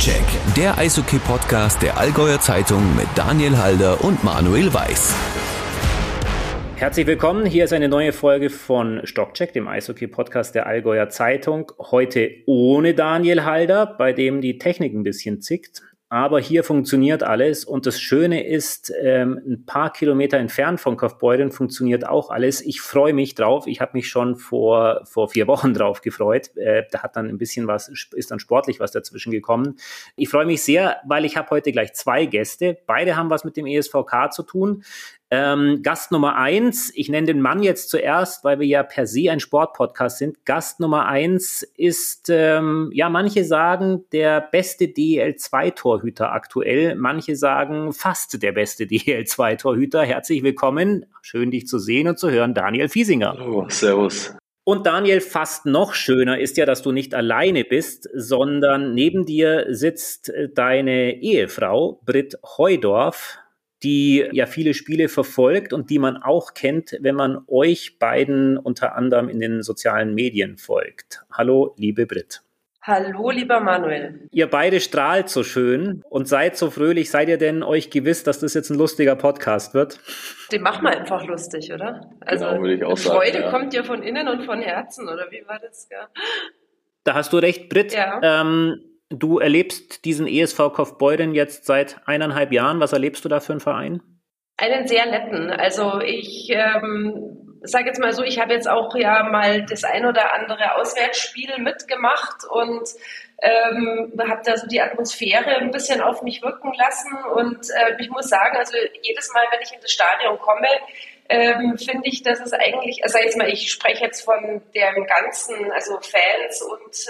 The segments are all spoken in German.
Stockcheck, der Eishockey-Podcast der Allgäuer Zeitung mit Daniel Halder und Manuel Weiß. Herzlich willkommen, hier ist eine neue Folge von Stockcheck, dem Eishockey-Podcast der Allgäuer Zeitung. Heute ohne Daniel Halder, bei dem die Technik ein bisschen zickt. Aber hier funktioniert alles und das Schöne ist, ein paar Kilometer entfernt von Kaufbeuren funktioniert auch alles. Ich freue mich drauf. Ich habe mich schon vor 4 Wochen drauf gefreut. Da hat dann ein bisschen ist dann sportlich was dazwischen gekommen. Ich freue mich sehr, weil ich habe heute gleich 2 Gäste. Beide haben was mit dem ESVK zu tun. Gast Nummer 1, ich nenne den Mann jetzt zuerst, weil wir ja per se ein Sportpodcast sind. Gast Nummer 1 ist, manche sagen, der beste DEL2-Torhüter aktuell. Manche sagen, fast der beste DEL2-Torhüter. Herzlich willkommen. Schön, dich zu sehen und zu hören, Daniel Fiesinger. Hallo, servus. Und Daniel, fast noch schöner ist ja, dass du nicht alleine bist, sondern neben dir sitzt deine Ehefrau, Britt Heudorf, die ja viele Spiele verfolgt und die man auch kennt, wenn man euch beiden unter anderem in den sozialen Medien folgt. Hallo, liebe Britt. Hallo, lieber Manuel. Ihr beide strahlt so schön und seid so fröhlich. Seid ihr denn euch gewiss, dass das jetzt ein lustiger Podcast wird? Den machen wir einfach lustig, oder? Also, genau, würde ich auch sagen. Freude kommt ja von innen und von Herzen, oder wie war das? Ja. Da hast du recht, Britt. Ja. Du erlebst diesen ESV Kaufbeuren jetzt seit 1,5 Jahren. Was erlebst du da für einen Verein? Einen sehr netten. Also ich sage jetzt mal so, ich habe jetzt auch ja mal das ein oder andere Auswärtsspiel mitgemacht und habe da so die Atmosphäre ein bisschen auf mich wirken lassen. Und ich muss sagen, also jedes Mal, wenn ich in das Stadion komme, finde ich, dass es eigentlich, also jetzt mal, ich spreche jetzt von dem ganzen, also Fans und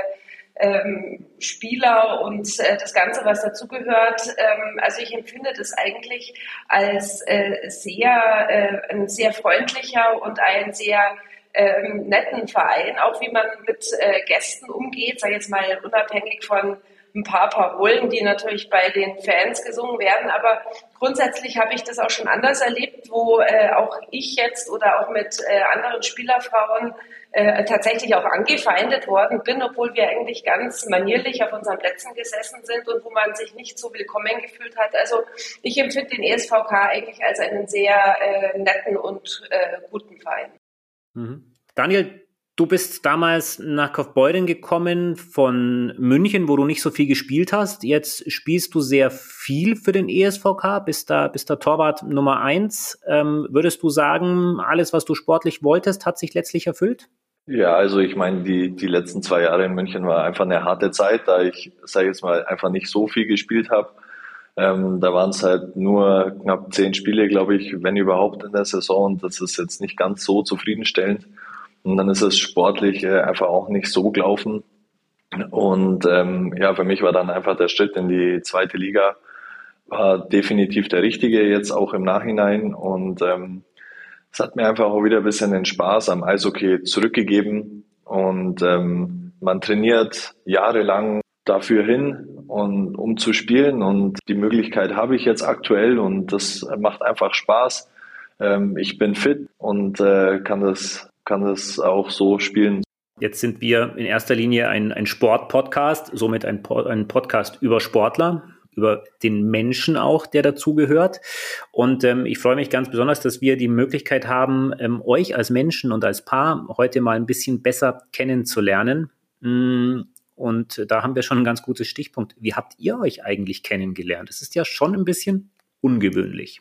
Spieler und das Ganze, was dazugehört. Also ich empfinde das eigentlich als ein sehr freundlicher und ein sehr netten Verein, auch wie man mit Gästen umgeht, sage ich jetzt mal unabhängig von ein paar Parolen, die natürlich bei den Fans gesungen werden, aber grundsätzlich habe ich das auch schon anders erlebt, wo auch ich jetzt oder auch mit anderen Spielerfrauen tatsächlich auch angefeindet worden bin, obwohl wir eigentlich ganz manierlich auf unseren Plätzen gesessen sind und wo man sich nicht so willkommen gefühlt hat. Also ich empfinde den ESVK eigentlich als einen sehr netten und guten Verein. Mhm. Daniel, du bist damals nach Kaufbeuren gekommen von München, wo du nicht so viel gespielt hast. Jetzt spielst du sehr viel für den ESVK, bist da Torwart Nummer 1. Würdest du sagen, alles, was du sportlich wolltest, hat sich letztlich erfüllt? Ja, also ich meine, die letzten 2 Jahre in München war einfach eine harte Zeit, da ich, sage jetzt mal, einfach nicht so viel gespielt habe. Da waren es halt nur knapp 10 Spiele, glaube ich, wenn überhaupt in der Saison. Und das ist jetzt nicht ganz so zufriedenstellend. Und dann ist es sportlich einfach auch nicht so gelaufen. Und für mich war dann einfach der Schritt in die 2. Liga war definitiv der richtige, jetzt auch im Nachhinein. Und es hat mir einfach auch wieder ein bisschen den Spaß am Eishockey zurückgegeben. Und man trainiert jahrelang dafür hin, und um zu spielen. Und die Möglichkeit habe ich jetzt aktuell und das macht einfach Spaß. Ich bin fit und kann das auch so spielen. Jetzt sind wir in erster Linie ein Sport-Podcast, somit ein Podcast über Sportler, über den Menschen auch, der dazugehört. Und ich freue mich ganz besonders, dass wir die Möglichkeit haben, euch als Menschen und als Paar heute mal ein bisschen besser kennenzulernen. Und da haben wir schon ein ganz gutes Stichpunkt. Wie habt ihr euch eigentlich kennengelernt? Das ist ja schon ein bisschen ungewöhnlich.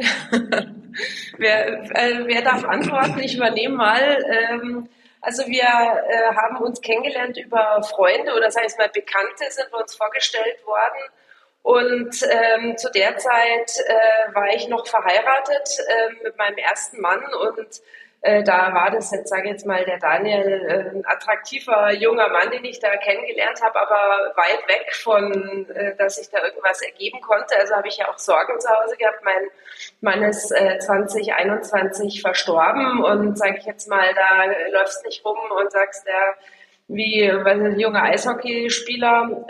Wer darf antworten? Ich übernehme mal. Also wir haben uns kennengelernt über Freunde oder sagen wir mal Bekannte, sind wir uns vorgestellt worden. Und zu der Zeit war ich noch verheiratet mit meinem ersten Mann und da war das jetzt, sage ich jetzt mal, der Daniel, ein attraktiver junger Mann, den ich da kennengelernt habe, aber weit weg von, dass sich da irgendwas ergeben konnte. Also habe ich ja auch Sorgen zu Hause gehabt. Mein Mann ist 2021 verstorben und sage ich jetzt mal, da läufst nicht rum und sagst, weiß nicht, junger Eishockeyspieler.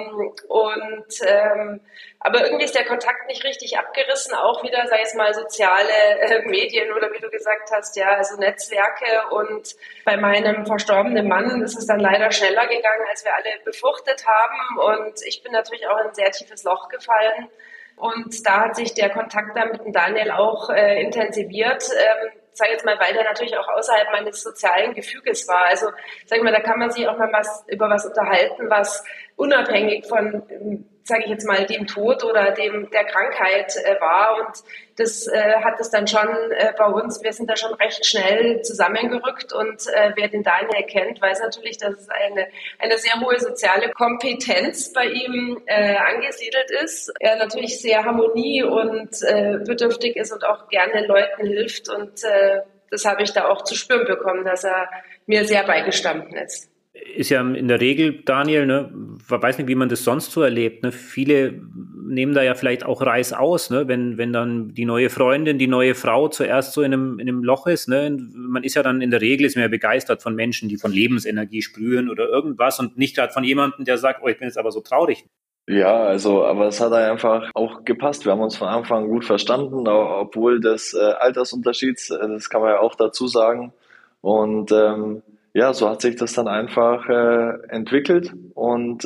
Aber irgendwie ist der Kontakt nicht richtig abgerissen, auch wieder, sei es mal soziale Medien oder wie du gesagt hast, ja, also Netzwerke. Und bei meinem verstorbenen Mann ist es dann leider schneller gegangen, als wir alle befürchtet haben. Und ich bin natürlich auch in ein sehr tiefes Loch gefallen. Und da hat sich der Kontakt dann mit dem Daniel auch intensiviert. Sag jetzt mal, weil der natürlich auch außerhalb meines sozialen Gefüges war. Also, sag ich mal, da kann man sich auch mal über was unterhalten, was unabhängig von, sage ich jetzt mal, dem Tod oder der Krankheit war. Und das hat es dann schon bei uns, wir sind da schon recht schnell zusammengerückt. Und wer den Daniel kennt, weiß natürlich, dass es eine sehr hohe soziale Kompetenz bei ihm angesiedelt ist. Er natürlich sehr harmonie- und bedürftig ist und auch gerne Leuten hilft. Und das habe ich da auch zu spüren bekommen, dass er mir sehr beigestanden ist. Ist ja in der Regel, Daniel, ne, weiß nicht, wie man das sonst so erlebt, ne? Viele nehmen da ja vielleicht auch Reißaus, ne? Wenn dann die neue Freundin, die neue Frau zuerst so in einem Loch ist, ne? Man ist ja dann in der Regel ist man ja begeistert von Menschen, die von Lebensenergie sprühen oder irgendwas und nicht gerade von jemandem, der sagt, oh, ich bin jetzt aber so traurig. Ja, also, aber es hat einfach auch gepasst. Wir haben uns von Anfang an gut verstanden, obwohl des Altersunterschieds, das kann man ja auch dazu sagen. Und ja, so hat sich das dann einfach entwickelt und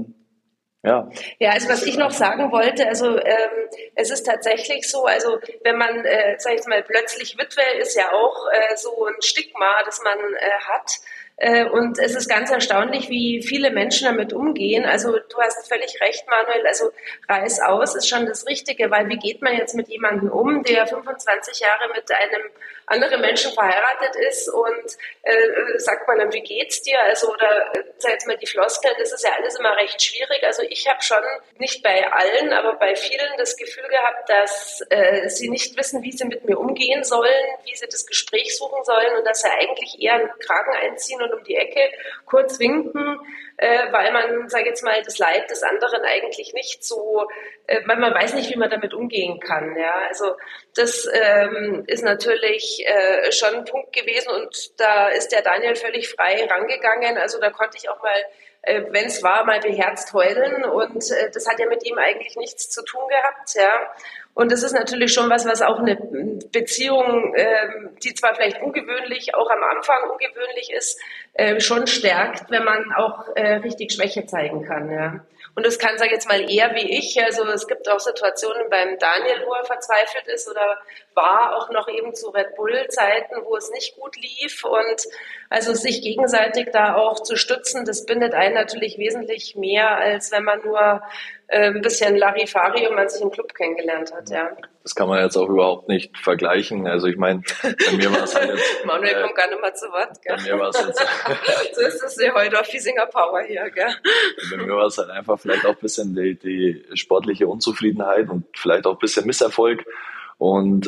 ja. Ja, also was ich noch sagen wollte, also es ist tatsächlich so, also wenn man, sag ich mal, plötzlich Witwe ist ja auch so ein Stigma, das man hat. Und es ist ganz erstaunlich, wie viele Menschen damit umgehen. Also du hast völlig recht, Manuel, also reiß aus ist schon das Richtige, weil wie geht man jetzt mit jemandem um, der 25 Jahre mit einem anderen Menschen verheiratet ist und sagt man dann, wie geht's dir? Also oder sag jetzt mal die Floskeln, das ist ja alles immer recht schwierig. Also ich habe schon nicht bei allen, aber bei vielen das Gefühl gehabt, dass sie nicht wissen, wie sie mit mir umgehen sollen, wie sie das Gespräch suchen sollen und dass sie eigentlich eher einen Kragen einziehen und um die Ecke kurz winken, weil man, sage jetzt mal, das Leid des anderen eigentlich nicht so, weil man weiß nicht, wie man damit umgehen kann. Ja, also das ist natürlich schon ein Punkt gewesen und da ist der Daniel völlig frei rangegangen. Also da konnte ich auch mal, wenn es war, mal beherzt heulen und das hat ja mit ihm eigentlich nichts zu tun gehabt. Ja. Und das ist natürlich schon was auch eine Beziehung, die zwar vielleicht ungewöhnlich, auch am Anfang ungewöhnlich ist, schon stärkt, wenn man auch richtig Schwäche zeigen kann. Ja. Und das kann, sage ich jetzt mal, eher wie ich. Also es gibt auch Situationen beim Daniel, wo er verzweifelt ist oder war auch noch eben zu Red Bull-Zeiten, wo es nicht gut lief. Und also sich gegenseitig da auch zu stützen, das bindet einen natürlich wesentlich mehr, als wenn man nur ein bisschen Larifari und man sich im Club kennengelernt hat. Ja. Das kann man jetzt auch überhaupt nicht vergleichen. Also ich meine, bei mir war es halt jetzt... Manuel kommt gar nicht mal zu Wort, gell? Bei mir war es jetzt... So ist es ja heute auf Fiesinger Power hier, gell? Bei mir war es halt einfach vielleicht auch ein bisschen die sportliche Unzufriedenheit und vielleicht auch ein bisschen Misserfolg. Und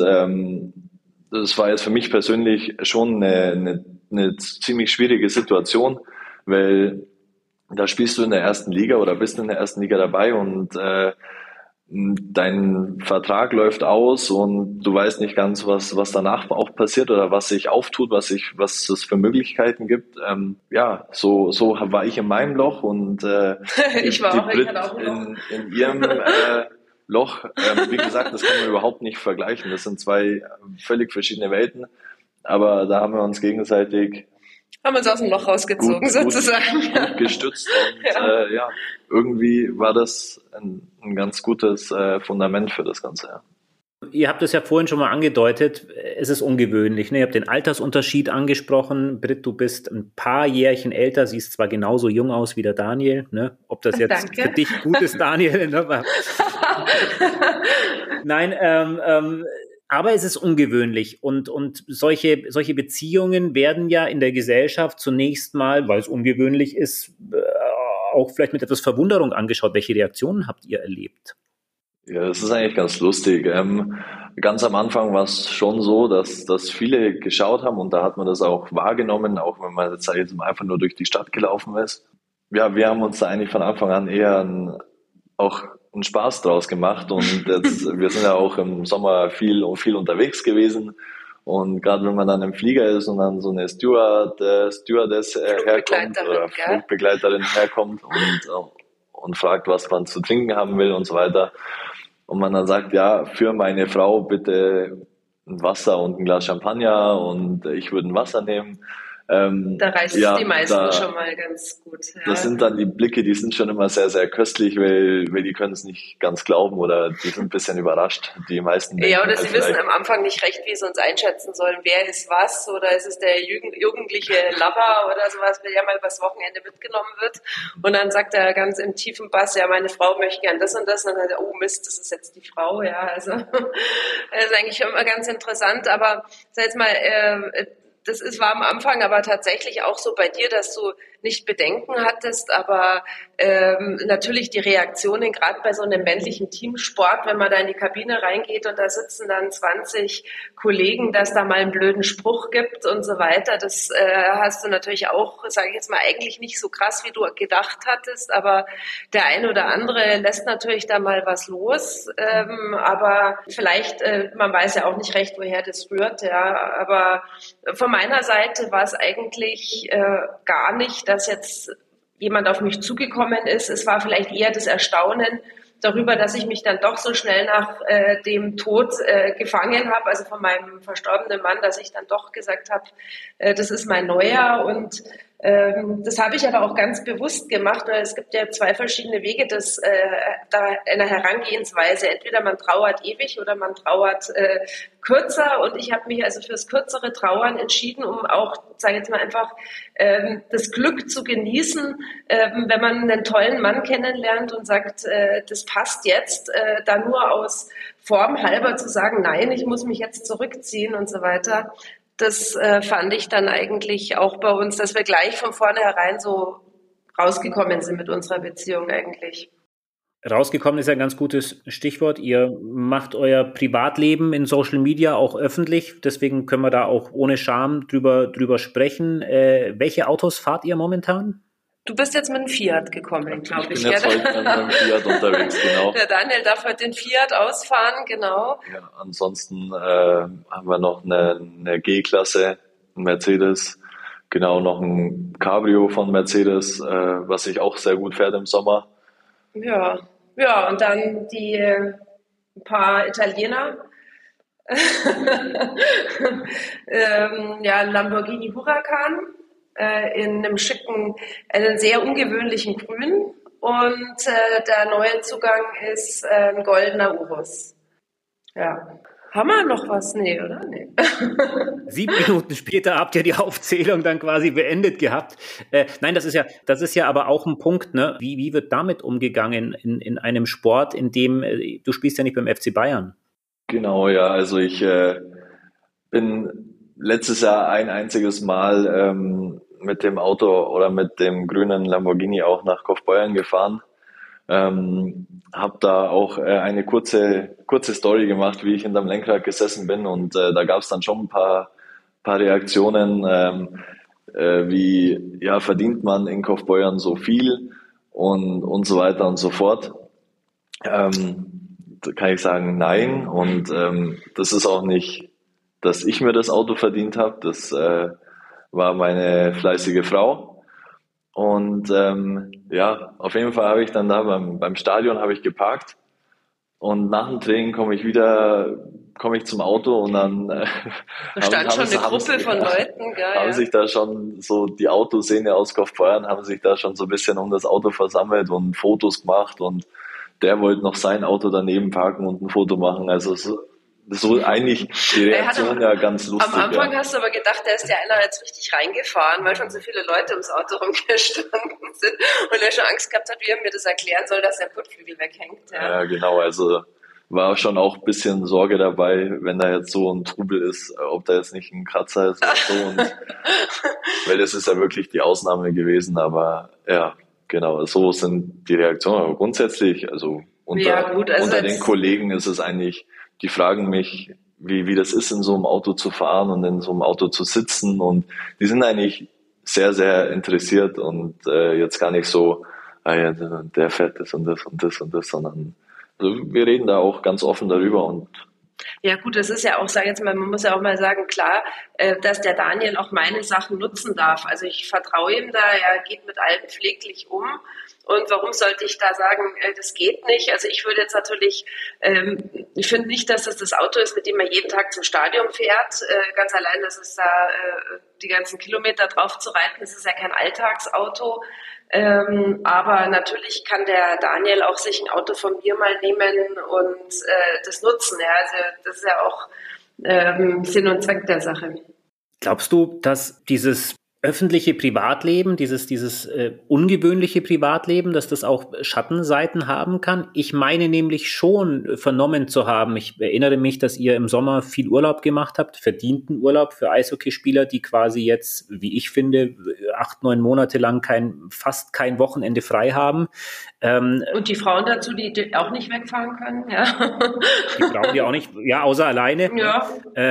das war jetzt für mich persönlich schon eine ziemlich schwierige Situation, weil da spielst du in der ersten Liga oder bist in der ersten Liga dabei und dein Vertrag läuft aus und du weißt nicht ganz, was danach auch passiert oder was sich auftut, was es für Möglichkeiten gibt. Ja, so war ich in meinem Loch und ich hatte auch ein Loch. In ihrem Loch. Wie gesagt, das kann man überhaupt nicht vergleichen. Das sind zwei völlig verschiedene Welten, aber da haben wir uns gegenseitig haben uns aus dem Loch rausgezogen, sozusagen. Gut gestützt und ja, irgendwie war das ein ganz gutes Fundament für das Ganze. Ja. Ihr habt es ja vorhin schon mal angedeutet, es ist ungewöhnlich. Ne? Ihr habt den Altersunterschied angesprochen. Britt, du bist ein paar Jährchen älter, siehst zwar genauso jung aus wie der Daniel. Ne? Ob das jetzt für dich gut ist, Daniel? Ne? Nein, aber es ist ungewöhnlich und solche Beziehungen werden ja in der Gesellschaft zunächst mal, weil es ungewöhnlich ist, auch vielleicht mit etwas Verwunderung angeschaut. Welche Reaktionen habt ihr erlebt? Ja, das ist eigentlich ganz lustig. Ganz am Anfang war es schon so, dass viele geschaut haben und da hat man das auch wahrgenommen, auch wenn man jetzt einfach nur durch die Stadt gelaufen ist. Ja, wir haben uns da eigentlich von Anfang an eher auch einen Spaß draus gemacht und wir sind ja auch im Sommer viel unterwegs gewesen Und gerade wenn man dann im Flieger ist und dann so eine Stewardess herkommt oder Flugbegleiterin herkommt und fragt, was man zu trinken haben will und so weiter. Und man dann sagt, ja, für meine Frau bitte ein Wasser und ein Glas Champagner und ich würde ein Wasser nehmen. Da reicht die meisten schon mal ganz gut. Ja. Das sind dann die Blicke, die sind schon immer sehr, sehr köstlich, weil die können es nicht ganz glauben oder die sind ein bisschen überrascht. Die meisten. Ja, oder sie wissen am Anfang nicht recht, wie sie uns einschätzen sollen. Wer ist was? Oder ist es der jugendliche Lover oder sowas, der ja mal übers Wochenende mitgenommen wird? Und dann sagt er ganz im tiefen Bass, ja, meine Frau möchte gern das und das. Und dann sagt er, oh Mist, das ist jetzt die Frau. Ja, also das ist eigentlich immer ganz interessant. Aber sag jetzt mal, war am Anfang aber tatsächlich auch so bei dir, dass du nicht Bedenken hattest, aber natürlich die Reaktionen, gerade bei so einem männlichen Teamsport, wenn man da in die Kabine reingeht und da sitzen dann 20 Kollegen, dass da mal einen blöden Spruch gibt und so weiter, das hast du natürlich auch, sage ich jetzt mal, eigentlich nicht so krass, wie du gedacht hattest, aber der eine oder andere lässt natürlich da mal was los, aber vielleicht, man weiß ja auch nicht recht, woher das rührt, ja, aber von meiner Seite war es eigentlich gar nicht, dass jetzt jemand auf mich zugekommen ist. Es war vielleicht eher das Erstaunen darüber, dass ich mich dann doch so schnell nach dem Tod gefangen habe, also von meinem verstorbenen Mann, dass ich dann doch gesagt habe, das ist mein Neuer und das habe ich aber auch ganz bewusst gemacht, weil es gibt ja 2 verschiedene Wege einer Herangehensweise. Entweder man trauert ewig oder man trauert kürzer und ich habe mich also fürs kürzere Trauern entschieden, um auch, sage ich jetzt mal einfach, das Glück zu genießen, wenn man einen tollen Mann kennenlernt und sagt, das passt jetzt, da nur aus Form halber zu sagen, nein, ich muss mich jetzt zurückziehen und so weiter. Das fand ich dann eigentlich auch bei uns, dass wir gleich von vornherein so rausgekommen sind mit unserer Beziehung eigentlich. Rausgekommen ist ja ein ganz gutes Stichwort. Ihr macht euer Privatleben in Social Media auch öffentlich. Deswegen können wir da auch ohne Scham drüber sprechen. Welche Autos fahrt ihr momentan? Du bist jetzt mit dem Fiat gekommen, glaube ich. Ich bin jetzt heute mit dem Fiat unterwegs, genau. Der Daniel darf heute den Fiat ausfahren, genau. Ja, ansonsten haben wir noch eine G-Klasse, ein Mercedes, genau, noch ein Cabrio von Mercedes, was sich auch sehr gut fährt im Sommer. Ja, und dann ein paar Italiener. Lamborghini Huracan. In einem schicken, einen sehr ungewöhnlichen Grün und der neue Zugang ist ein goldener Urus. Ja. Haben wir noch was? Nee, oder? Nee. 7 Minuten später habt ihr die Aufzählung dann quasi beendet gehabt. Nein, das ist ja aber auch ein Punkt, ne? Wie wird damit umgegangen in einem Sport, in dem du spielst ja nicht beim FC Bayern? Genau, ja. Also ich bin letztes Jahr ein einziges Mal mit dem Auto oder mit dem grünen Lamborghini auch nach Kaufbeuren gefahren. Habe da auch eine kurze Story gemacht, wie ich hinterm Lenkrad gesessen bin und da gab es dann schon ein paar Reaktionen, wie ja, verdient man in Kaufbeuren so viel und so weiter und so fort. Da kann ich sagen, nein, und das ist auch nicht, dass ich mir das Auto verdient habe, das war meine fleißige Frau. Und ja, auf jeden Fall habe ich dann da beim Stadion habe ich geparkt und nach dem Training komme ich zum Auto und dann da stand schon eine Gruppe von Leuten, haben sich da schon so die Autoszene aus Kaufbeuren haben sich da schon so ein bisschen um das Auto versammelt und Fotos gemacht und der wollte noch sein Auto daneben parken und ein Foto machen. Also so eigentlich die Reaktion ja ganz lustig. Am Anfang hast du aber gedacht, da ist ja einer jetzt richtig reingefahren, weil schon so viele Leute ums Auto rumgestanden sind und er schon Angst gehabt hat, wie er mir das erklären soll, dass der Kotflügel weghängt. Ja, genau, also war schon auch ein bisschen Sorge dabei, wenn da jetzt so ein Trubel ist, ob da jetzt nicht ein Kratzer ist oder so. Weil das ist ja wirklich die Ausnahme gewesen, aber ja, genau, so sind die Reaktionen. Aber grundsätzlich, also unter den Kollegen ist es eigentlich, die fragen mich, wie das ist, in so einem Auto zu fahren und in so einem Auto zu sitzen. Und die sind eigentlich sehr, sehr interessiert und jetzt gar nicht so, ja, der fährt das und das und das und das, sondern also wir reden da auch ganz offen darüber. Und Ja gut, das ist ja auch, sage jetzt mal, man muss ja auch mal sagen, klar, dass der Daniel auch meine Sachen nutzen darf. Also ich vertraue ihm da, er geht mit allem pfleglich um. Und warum sollte ich da sagen, das geht nicht? Also ich würde jetzt natürlich, ich finde nicht, dass das Auto ist, mit dem man jeden Tag zum Stadion fährt. Ganz allein, dass es da die ganzen Kilometer drauf zu reiten, das ist ja kein Alltagsauto. Aber natürlich kann der Daniel auch sich ein Auto von mir mal nehmen und das nutzen. Ja. Also das ist ja auch Sinn und Zweck der Sache. Glaubst du, dass dieses öffentliche Privatleben, dieses ungewöhnliche Privatleben, dass das auch Schattenseiten haben kann? Ich meine nämlich schon vernommen zu haben, ich erinnere mich, dass ihr im Sommer viel Urlaub gemacht habt, verdienten Urlaub für Eishockeyspieler, die quasi jetzt, wie ich finde, 8-9 Monate lang fast kein Wochenende frei haben. Und die Frauen dazu, die auch nicht wegfahren können, ja. Die Frauen, die auch nicht, ja, außer alleine. Ja.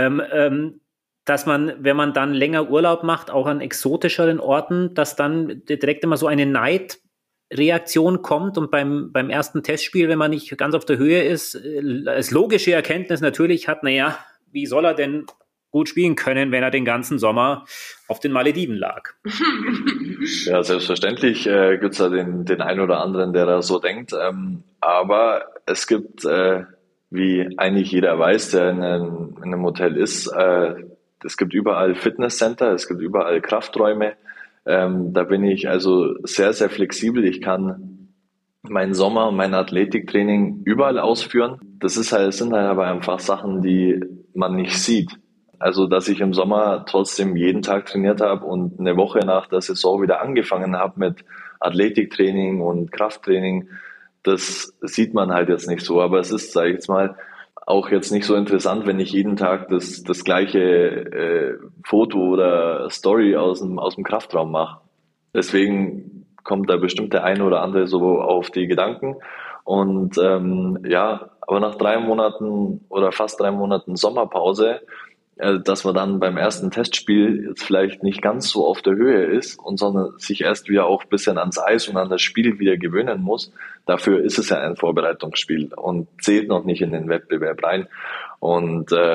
Dass man, wenn man dann länger Urlaub macht, auch an exotischeren Orten, dass dann direkt immer so eine Neidreaktion kommt und beim ersten Testspiel, wenn man nicht ganz auf der Höhe ist, als logische Erkenntnis natürlich hat, naja, wie soll er denn gut spielen können, wenn er den ganzen Sommer auf den Malediven lag? Ja, selbstverständlich gibt's da den einen oder anderen, der da so denkt, aber es gibt, wie eigentlich jeder weiß, der in einem Hotel ist, es gibt überall Fitnesscenter, es gibt überall Krafträume. Da bin ich also sehr, sehr flexibel. Ich kann meinen Sommer und mein Athletiktraining überall ausführen. Sind halt aber einfach Sachen, die man nicht sieht. Also, dass ich im Sommer trotzdem jeden Tag trainiert habe und eine Woche nach der Saison wieder angefangen habe mit Athletiktraining und Krafttraining, das sieht man halt jetzt nicht so. Aber es ist, sage ich jetzt mal, auch jetzt nicht so interessant, wenn ich jeden Tag das gleiche Foto oder Story aus dem Kraftraum mache. Deswegen kommt da bestimmt der eine oder andere so auf die Gedanken. Und aber nach 3 Monaten oder fast 3 Monaten Sommerpause, dass man dann beim ersten Testspiel jetzt vielleicht nicht ganz so auf der Höhe ist sondern sich erst wieder auch ein bisschen ans Eis und an das Spiel wieder gewöhnen muss. Dafür ist es ja ein Vorbereitungsspiel und zählt noch nicht in den Wettbewerb rein. Und so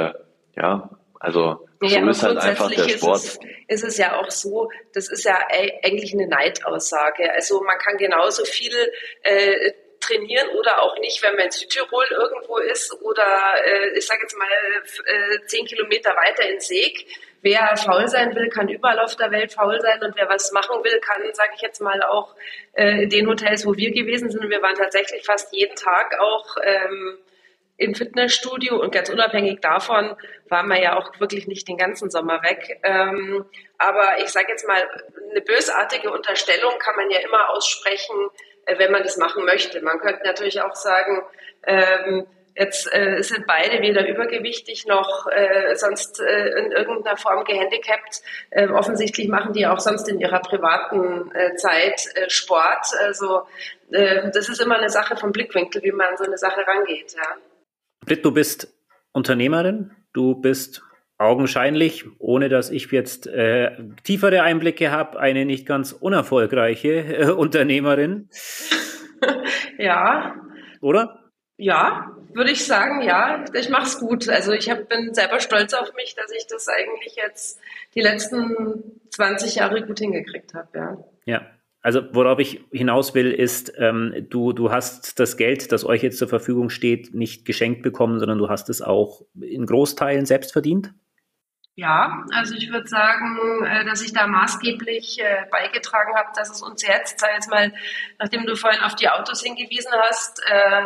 ist halt einfach der Sport. Ist es ja auch so, das ist ja eigentlich eine Neidaussage. Also man kann genauso viel trainieren oder auch nicht, wenn man in Südtirol irgendwo ist oder ich sage jetzt mal 10 Kilometer weiter in Seeg. Wer faul sein will, kann überall auf der Welt faul sein und wer was machen will, kann, sage ich jetzt mal, auch in den Hotels, wo wir gewesen sind. Und wir waren tatsächlich fast jeden Tag auch im Fitnessstudio und ganz unabhängig davon waren wir ja auch wirklich nicht den ganzen Sommer weg. Aber ich sage jetzt mal, eine bösartige Unterstellung kann man ja immer aussprechen, wenn man das machen möchte. Man könnte natürlich auch sagen, jetzt sind beide weder übergewichtig noch sonst in irgendeiner Form gehandicapt. Offensichtlich machen die auch sonst in ihrer privaten Zeit Sport. Also das ist immer eine Sache vom Blickwinkel, wie man an so eine Sache rangeht. Ja. Britt, du bist Unternehmerin, du bist augenscheinlich, ohne dass ich jetzt tiefere Einblicke habe, eine nicht ganz unerfolgreiche Unternehmerin. Ja. Oder? Ja, würde ich sagen, ja. Ich mache es gut. Also ich bin selber stolz auf mich, dass ich das eigentlich jetzt die letzten 20 Jahre gut hingekriegt habe. Ja. Ja. Also worauf ich hinaus will, ist, du hast das Geld, das euch jetzt zur Verfügung steht, nicht geschenkt bekommen, sondern du hast es auch in Großteilen selbst verdient? Ja, also ich würde sagen, dass ich da maßgeblich beigetragen habe, dass es uns jetzt, sag jetzt mal, nachdem du vorhin auf die Autos hingewiesen hast,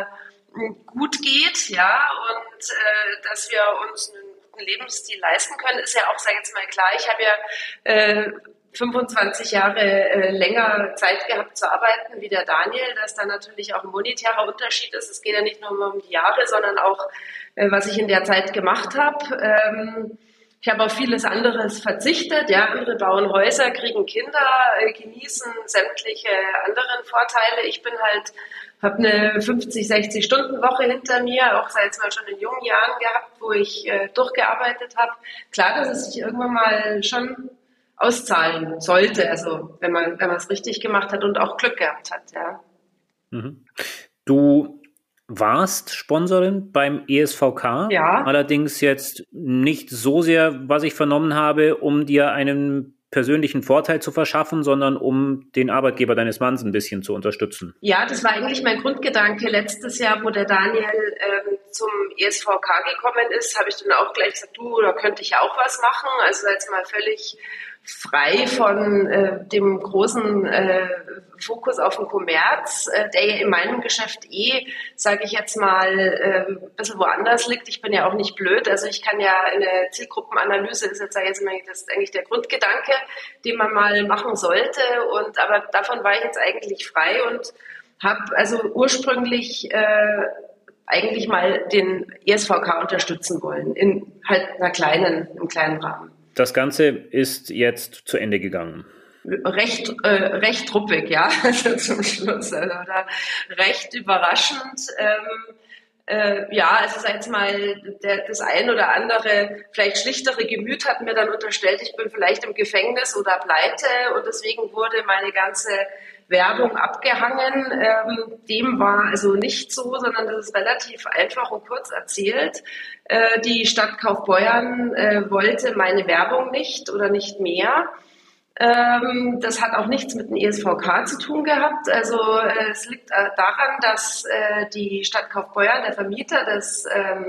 gut geht, ja, und dass wir uns einen guten Lebensstil leisten können, ist ja auch, sag jetzt mal, klar. Ich habe ja 25 Jahre länger Zeit gehabt zu arbeiten wie der Daniel, dass da natürlich auch ein monetärer Unterschied ist. Es geht ja nicht nur um die Jahre, sondern auch, was ich in der Zeit gemacht habe. Ich habe auf vieles anderes verzichtet. Ja, andere bauen Häuser, kriegen Kinder, genießen sämtliche anderen Vorteile. Ich bin halt, habe eine 50-60-Stunden-Woche hinter mir, auch seit mal schon in jungen Jahren gehabt, wo ich durchgearbeitet habe. Klar, dass es sich irgendwann mal schon auszahlen sollte, also wenn man es richtig gemacht hat und auch Glück gehabt hat, ja. Mhm. Du warst Sponsorin beim ESVK. Ja. Allerdings jetzt nicht so sehr, was ich vernommen habe, um dir einen persönlichen Vorteil zu verschaffen, sondern um den Arbeitgeber deines Mannes ein bisschen zu unterstützen. Ja, das war eigentlich mein Grundgedanke. Letztes Jahr, wo der Daniel zum ESVK gekommen ist, habe ich dann auch gleich gesagt, da könnte ich ja auch was machen. Also jetzt mal völlig frei von dem großen Fokus auf den Kommerz, der ja in meinem Geschäft sage ich jetzt mal, ein bisschen woanders liegt. Ich bin ja auch nicht blöd, also ich kann ja eine Zielgruppenanalyse, das ist eigentlich der Grundgedanke, den man mal machen sollte. Aber davon war ich jetzt eigentlich frei und habe also ursprünglich eigentlich mal den ESVK unterstützen wollen, in halt einem kleinen Rahmen. Das Ganze ist jetzt zu Ende gegangen. Recht ruppig, ja, also zum Schluss. Oder recht überraschend. Also sag jetzt mal, das ein oder andere, vielleicht schlichtere Gemüt hat mir dann unterstellt, ich bin vielleicht im Gefängnis oder pleite und deswegen wurde meine ganze Werbung abgehangen. Dem war also nicht so, sondern das ist relativ einfach und kurz erzählt. Die Stadt Kaufbeuern wollte meine Werbung nicht oder nicht mehr. Das hat auch nichts mit dem ESVK zu tun gehabt. Also es liegt daran, dass die Stadt Kaufbeuern der Vermieter des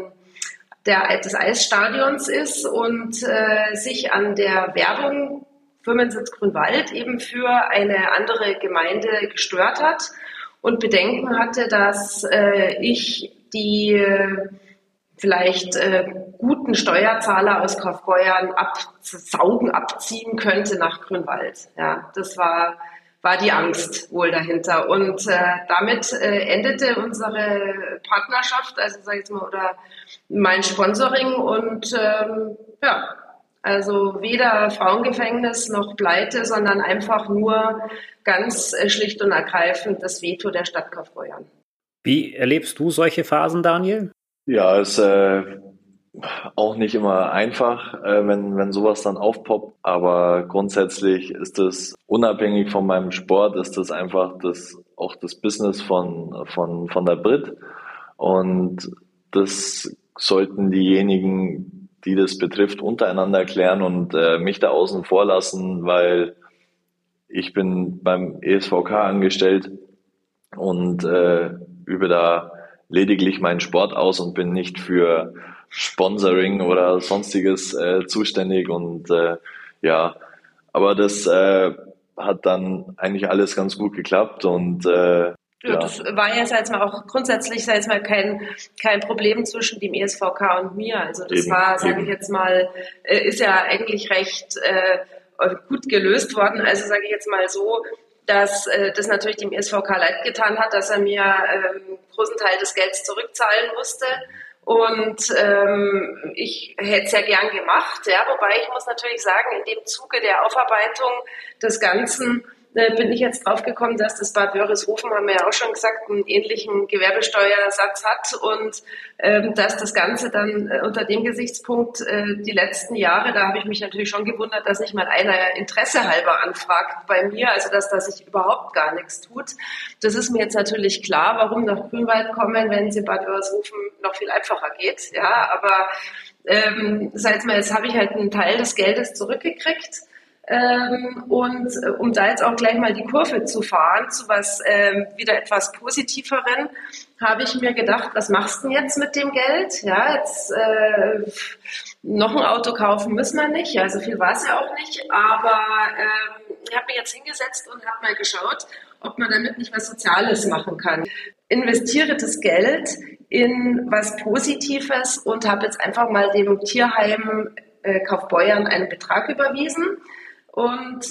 Eisstadions ist und sich an der Werbung Firmensitz Grünwald eben für eine andere Gemeinde gestört hat und Bedenken hatte, dass ich die vielleicht guten Steuerzahler aus Kaufbeuern abziehen könnte nach Grünwald. Ja, das war die Angst wohl dahinter. Und damit endete unsere Partnerschaft, also sag ich jetzt mal, oder mein Sponsoring und also weder Frauengefängnis noch Pleite, sondern einfach nur ganz schlicht und ergreifend das Veto der Stadt Kaufbeuern. Wie erlebst du solche Phasen, Daniel? Ja, ist auch nicht immer einfach, wenn sowas dann aufpoppt. Aber grundsätzlich ist es unabhängig von meinem Sport, ist das einfach auch das Business von der Brit. Und das sollten diejenigen, die das betrifft, untereinander klären und mich da außen vor lassen, weil ich bin beim ESVK angestellt und übe da lediglich meinen Sport aus und bin nicht für Sponsoring oder sonstiges zuständig. Und aber das hat dann eigentlich alles ganz gut geklappt und das war ja jetzt mal auch grundsätzlich kein Problem zwischen dem ESVK und mir. Also das war, sage ich jetzt mal, ist ja eigentlich recht gut gelöst worden. Also sage ich jetzt mal so, dass das natürlich dem ESVK leid getan hat, dass er mir einen großen Teil des Geldes zurückzahlen musste. Und ich hätte es ja gern gemacht, ja, wobei ich muss natürlich sagen, in dem Zuge der Aufarbeitung des Ganzen bin ich jetzt drauf gekommen, dass das Bad Wörishofen, haben wir ja auch schon gesagt, einen ähnlichen Gewerbesteuersatz hat und dass das Ganze dann unter dem Gesichtspunkt die letzten Jahre, da habe ich mich natürlich schon gewundert, dass nicht mal einer Interesse halber anfragt bei mir, also dass da sich überhaupt gar nichts tut. Das ist mir jetzt natürlich klar, warum nach Grünwald kommen, wenn es in Bad Wörishofen noch viel einfacher geht. Ja, aber jetzt habe ich halt einen Teil des Geldes zurückgekriegt. Und um da jetzt auch gleich mal die Kurve zu fahren, zu was wieder etwas Positiveren, habe ich mir gedacht, was machst du denn jetzt mit dem Geld? Ja, jetzt noch ein Auto kaufen müssen wir nicht, also viel war es ja auch nicht, aber ich habe mich jetzt hingesetzt und habe mal geschaut, ob man damit nicht was Soziales machen kann. Investiere das Geld in was Positives und habe jetzt einfach mal dem Tierheim Kaufbeuern einen Betrag überwiesen. Und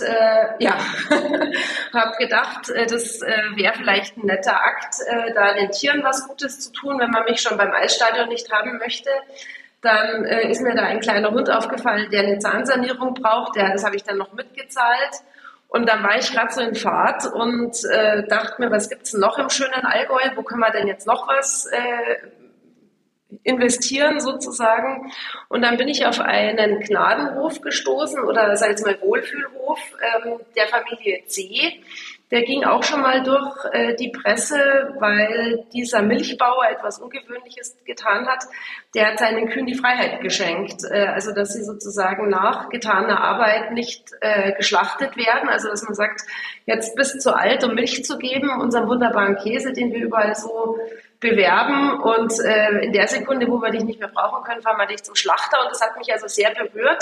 habe gedacht, das wäre vielleicht ein netter Akt, da den Tieren was Gutes zu tun, wenn man mich schon beim Eisstadion nicht haben möchte. Dann ist mir da ein kleiner Hund aufgefallen, der eine Zahnsanierung braucht. Das habe ich dann noch mitgezahlt. Und dann war ich gerade so in Fahrt und dachte mir, was gibt's denn noch im schönen Allgäu? Wo können wir denn jetzt noch was investieren sozusagen. Und dann bin ich auf einen Gnadenhof gestoßen oder sag ich jetzt mal Wohlfühlhof der Familie C. der ging auch schon mal durch die Presse, weil dieser Milchbauer etwas Ungewöhnliches getan hat. Der hat seinen Kühen die Freiheit geschenkt, also dass sie sozusagen nach getaner Arbeit nicht geschlachtet werden, also dass man sagt, jetzt bist du zu alt, um Milch zu geben, unseren wunderbaren Käse, den wir überall so bewerben, und in der Sekunde, wo wir dich nicht mehr brauchen können, fahren wir dich zum Schlachter, und das hat mich also sehr berührt.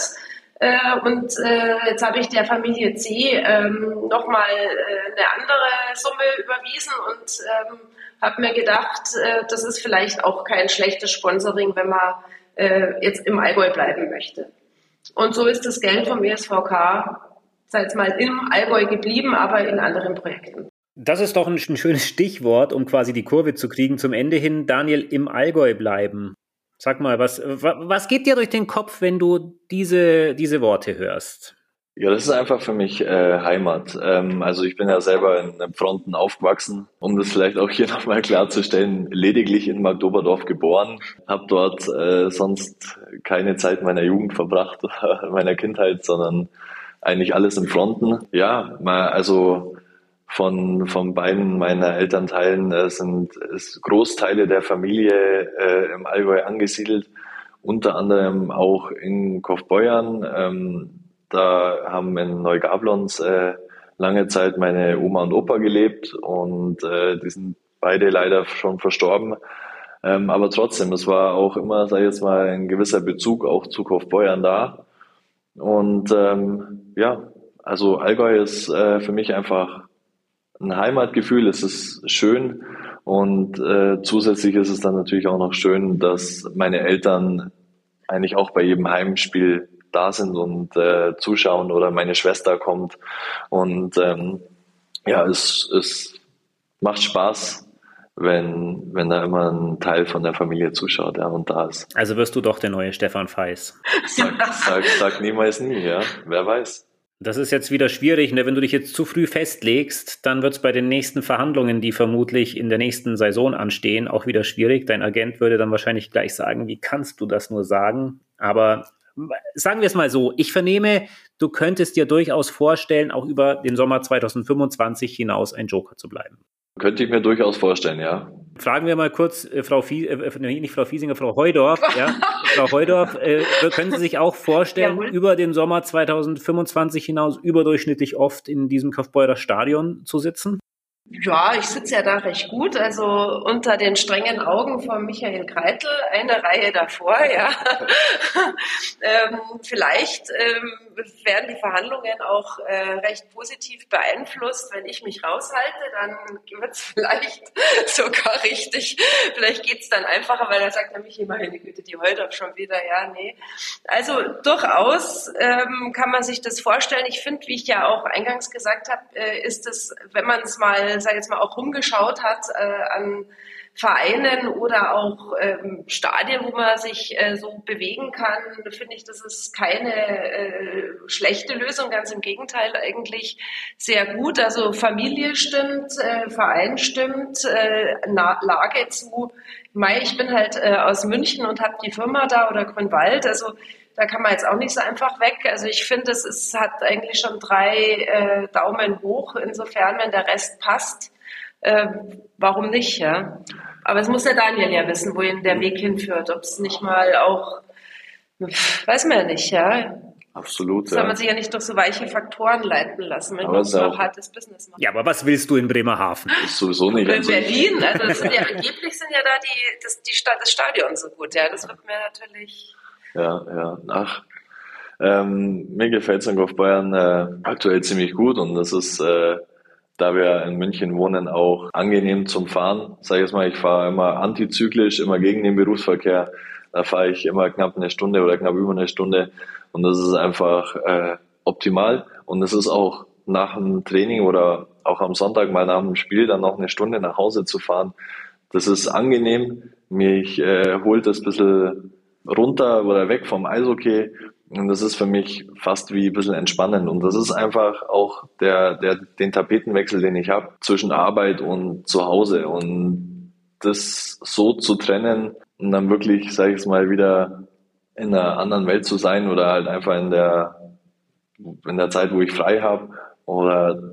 Und jetzt habe ich der Familie C nochmal eine andere Summe überwiesen und habe mir gedacht, das ist vielleicht auch kein schlechtes Sponsoring, wenn man jetzt im Allgäu bleiben möchte. Und so ist das Geld vom ESVK, sag jetzt mal, im Allgäu geblieben, aber in anderen Projekten. Das ist doch ein schönes Stichwort, um quasi die Kurve zu kriegen zum Ende hin. Daniel, im Allgäu bleiben. Sag mal, was geht dir durch den Kopf, wenn du diese Worte hörst? Ja, das ist einfach für mich Heimat. Also ich bin ja selber in Fronten aufgewachsen, um das vielleicht auch hier nochmal klarzustellen, lediglich in Marktoberdorf geboren, habe dort sonst keine Zeit meiner Jugend verbracht, meiner Kindheit, sondern eigentlich alles in Fronten. Ja, also von beiden meiner Elternteilen ist Großteile der Familie im Allgäu angesiedelt, unter anderem auch in Kaufbeuern. Da haben in Neugablons lange Zeit meine Oma und Opa gelebt, und die sind beide leider schon verstorben. Aber trotzdem, es war auch immer, sag ich jetzt mal, ein gewisser Bezug auch zu Kaufbeuern da. Und ja, also Allgäu ist für mich einfach ein Heimatgefühl. Es ist schön, und zusätzlich ist es dann natürlich auch noch schön, dass meine Eltern eigentlich auch bei jedem Heimspiel da sind und zuschauen, oder meine Schwester kommt, und ja, es macht Spaß, wenn da immer ein Teil von der Familie zuschaut, ja, und da ist. Also wirst du doch der neue Stefan Feis. Sag niemals nie, ja, wer weiß. Das ist jetzt wieder schwierig, ne? Wenn du dich jetzt zu früh festlegst, dann wird es bei den nächsten Verhandlungen, die vermutlich in der nächsten Saison anstehen, auch wieder schwierig. Dein Agent würde dann wahrscheinlich gleich sagen, wie kannst du das nur sagen? Aber sagen wir es mal so, ich vernehme, du könntest dir durchaus vorstellen, auch über den Sommer 2025 hinaus ein Joker zu bleiben. Könnte ich mir durchaus vorstellen, ja. Fragen wir mal kurz Frau Heudorf. Ja. Frau Heudorf, können Sie sich auch vorstellen, über den Sommer 2025 hinaus überdurchschnittlich oft in diesem Kaufbeurer Stadion zu sitzen? Ja, ich sitze ja da recht gut, also unter den strengen Augen von Michael Kreitel, eine Reihe davor, ja. Vielleicht werden die Verhandlungen auch recht positiv beeinflusst. Wenn ich mich raushalte, dann wird es vielleicht sogar richtig. Vielleicht geht es dann einfacher, weil da sagt nämlich meine Güte, die Heudorf schon wieder, ja, nee. Also durchaus kann man sich das vorstellen. Ich finde, wie ich ja auch eingangs gesagt habe, ist es, wenn man es mal, sag jetzt mal, auch rumgeschaut hat an Vereinen oder auch Stadien, wo man sich so bewegen kann, finde ich, das ist keine schlechte Lösung, ganz im Gegenteil, eigentlich sehr gut. Also Familie stimmt, Verein stimmt, Lage zu. Ich bin halt aus München und habe die Firma da, oder Grünwald, also da kann man jetzt auch nicht so einfach weg. Also ich finde, es hat eigentlich schon 3 Daumen hoch, insofern, wenn der Rest passt. Warum nicht, ja? Aber es muss der Daniel ja wissen, wohin der Weg hinführt. Ob es nicht mal auch, weiß man ja nicht, ja? Absolut, Soll man sich ja nicht durch so weiche Faktoren leiten lassen, wenn man auch hartes Business macht. Ja, aber was willst du in Bremerhaven? Ist sowieso nicht. In Berlin, also angeblich sind ja da das Stadion so gut, ja? Das wird mir natürlich... Ja. Mir gefällt es in Kaufbeuern aktuell ziemlich gut, und das ist, da wir in München wohnen, auch angenehm zum Fahren. Sag ich jetzt mal, ich fahre immer antizyklisch, immer gegen den Berufsverkehr. Da fahre ich immer knapp eine Stunde oder knapp über eine Stunde, und das ist einfach optimal. Und es ist auch nach dem Training oder auch am Sonntag mal nach dem Spiel dann noch eine Stunde nach Hause zu fahren. Das ist angenehm. Mich holt das ein bisschen runter oder weg vom Eishockey, und das ist für mich fast wie ein bisschen entspannend, und das ist einfach auch den Tapetenwechsel, den ich habe zwischen Arbeit und zu Hause, und das so zu trennen und dann wirklich, sage ich es mal, wieder in einer anderen Welt zu sein, oder halt einfach in der Zeit, wo ich frei habe, oder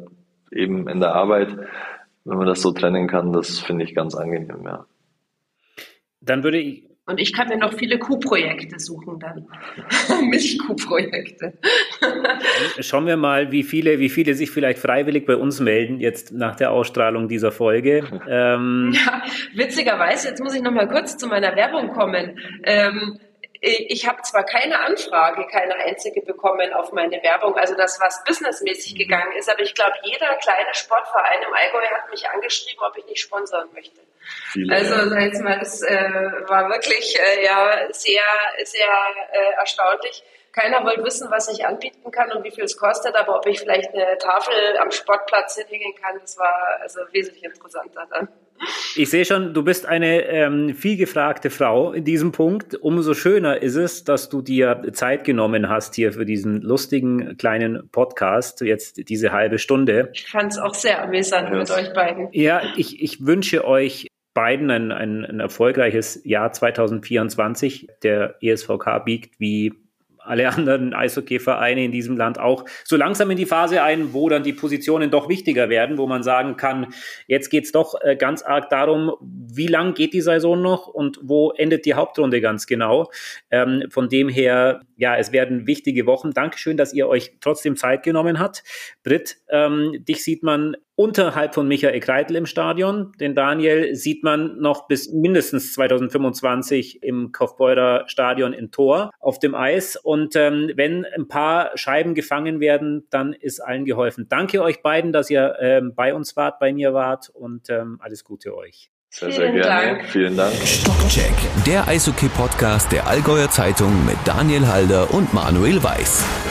eben in der Arbeit. Wenn man das so trennen kann, das finde ich ganz angenehm, ja. Dann würde ich... Und ich kann mir noch viele Kuhprojekte suchen dann. Milchkuhprojekte. Schauen wir mal, wie viele sich vielleicht freiwillig bei uns melden, jetzt nach der Ausstrahlung dieser Folge. Ja, witzigerweise, jetzt muss ich noch mal kurz zu meiner Werbung kommen. Ich habe zwar keine Anfrage, keine einzige bekommen auf meine Werbung, also das, was businessmäßig gegangen ist, aber ich glaube, jeder kleine Sportverein im Allgäu hat mich angeschrieben, ob ich nicht sponsern möchte. Also jetzt mal, das war wirklich sehr, sehr erstaunlich. Keiner wollte wissen, was ich anbieten kann und wie viel es kostet, aber ob ich vielleicht eine Tafel am Sportplatz hinhängen kann, das war also wesentlich interessanter dann. Ich sehe schon, du bist eine vielgefragte Frau in diesem Punkt. Umso schöner ist es, dass du dir Zeit genommen hast hier für diesen lustigen kleinen Podcast, jetzt diese halbe Stunde. Ich fand es auch sehr amüsant mit euch beiden. Ja, ich wünsche euch beiden ein erfolgreiches Jahr 2024. Der ESVK biegt wie alle anderen Eishockey-Vereine in diesem Land auch so langsam in die Phase ein, wo dann die Positionen doch wichtiger werden, wo man sagen kann, jetzt geht's doch ganz arg darum, wie lang geht die Saison noch und wo endet die Hauptrunde ganz genau. Von dem her, ja, es werden wichtige Wochen. Dankeschön, dass ihr euch trotzdem Zeit genommen habt. Britt, dich sieht man unterhalb von Michael Kreitl im Stadion. Den Daniel sieht man noch bis mindestens 2025 im Kaufbeurer Stadion in Thor auf dem Eis. Und wenn ein paar Scheiben gefangen werden, dann ist allen geholfen. Danke euch beiden, dass ihr bei uns wart, bei mir wart und alles Gute euch. Sehr, sehr gerne. Vielen Dank. Stockcheck, der Eishockey-Podcast der Allgäuer Zeitung mit Daniel Halder und Manuel Weiß.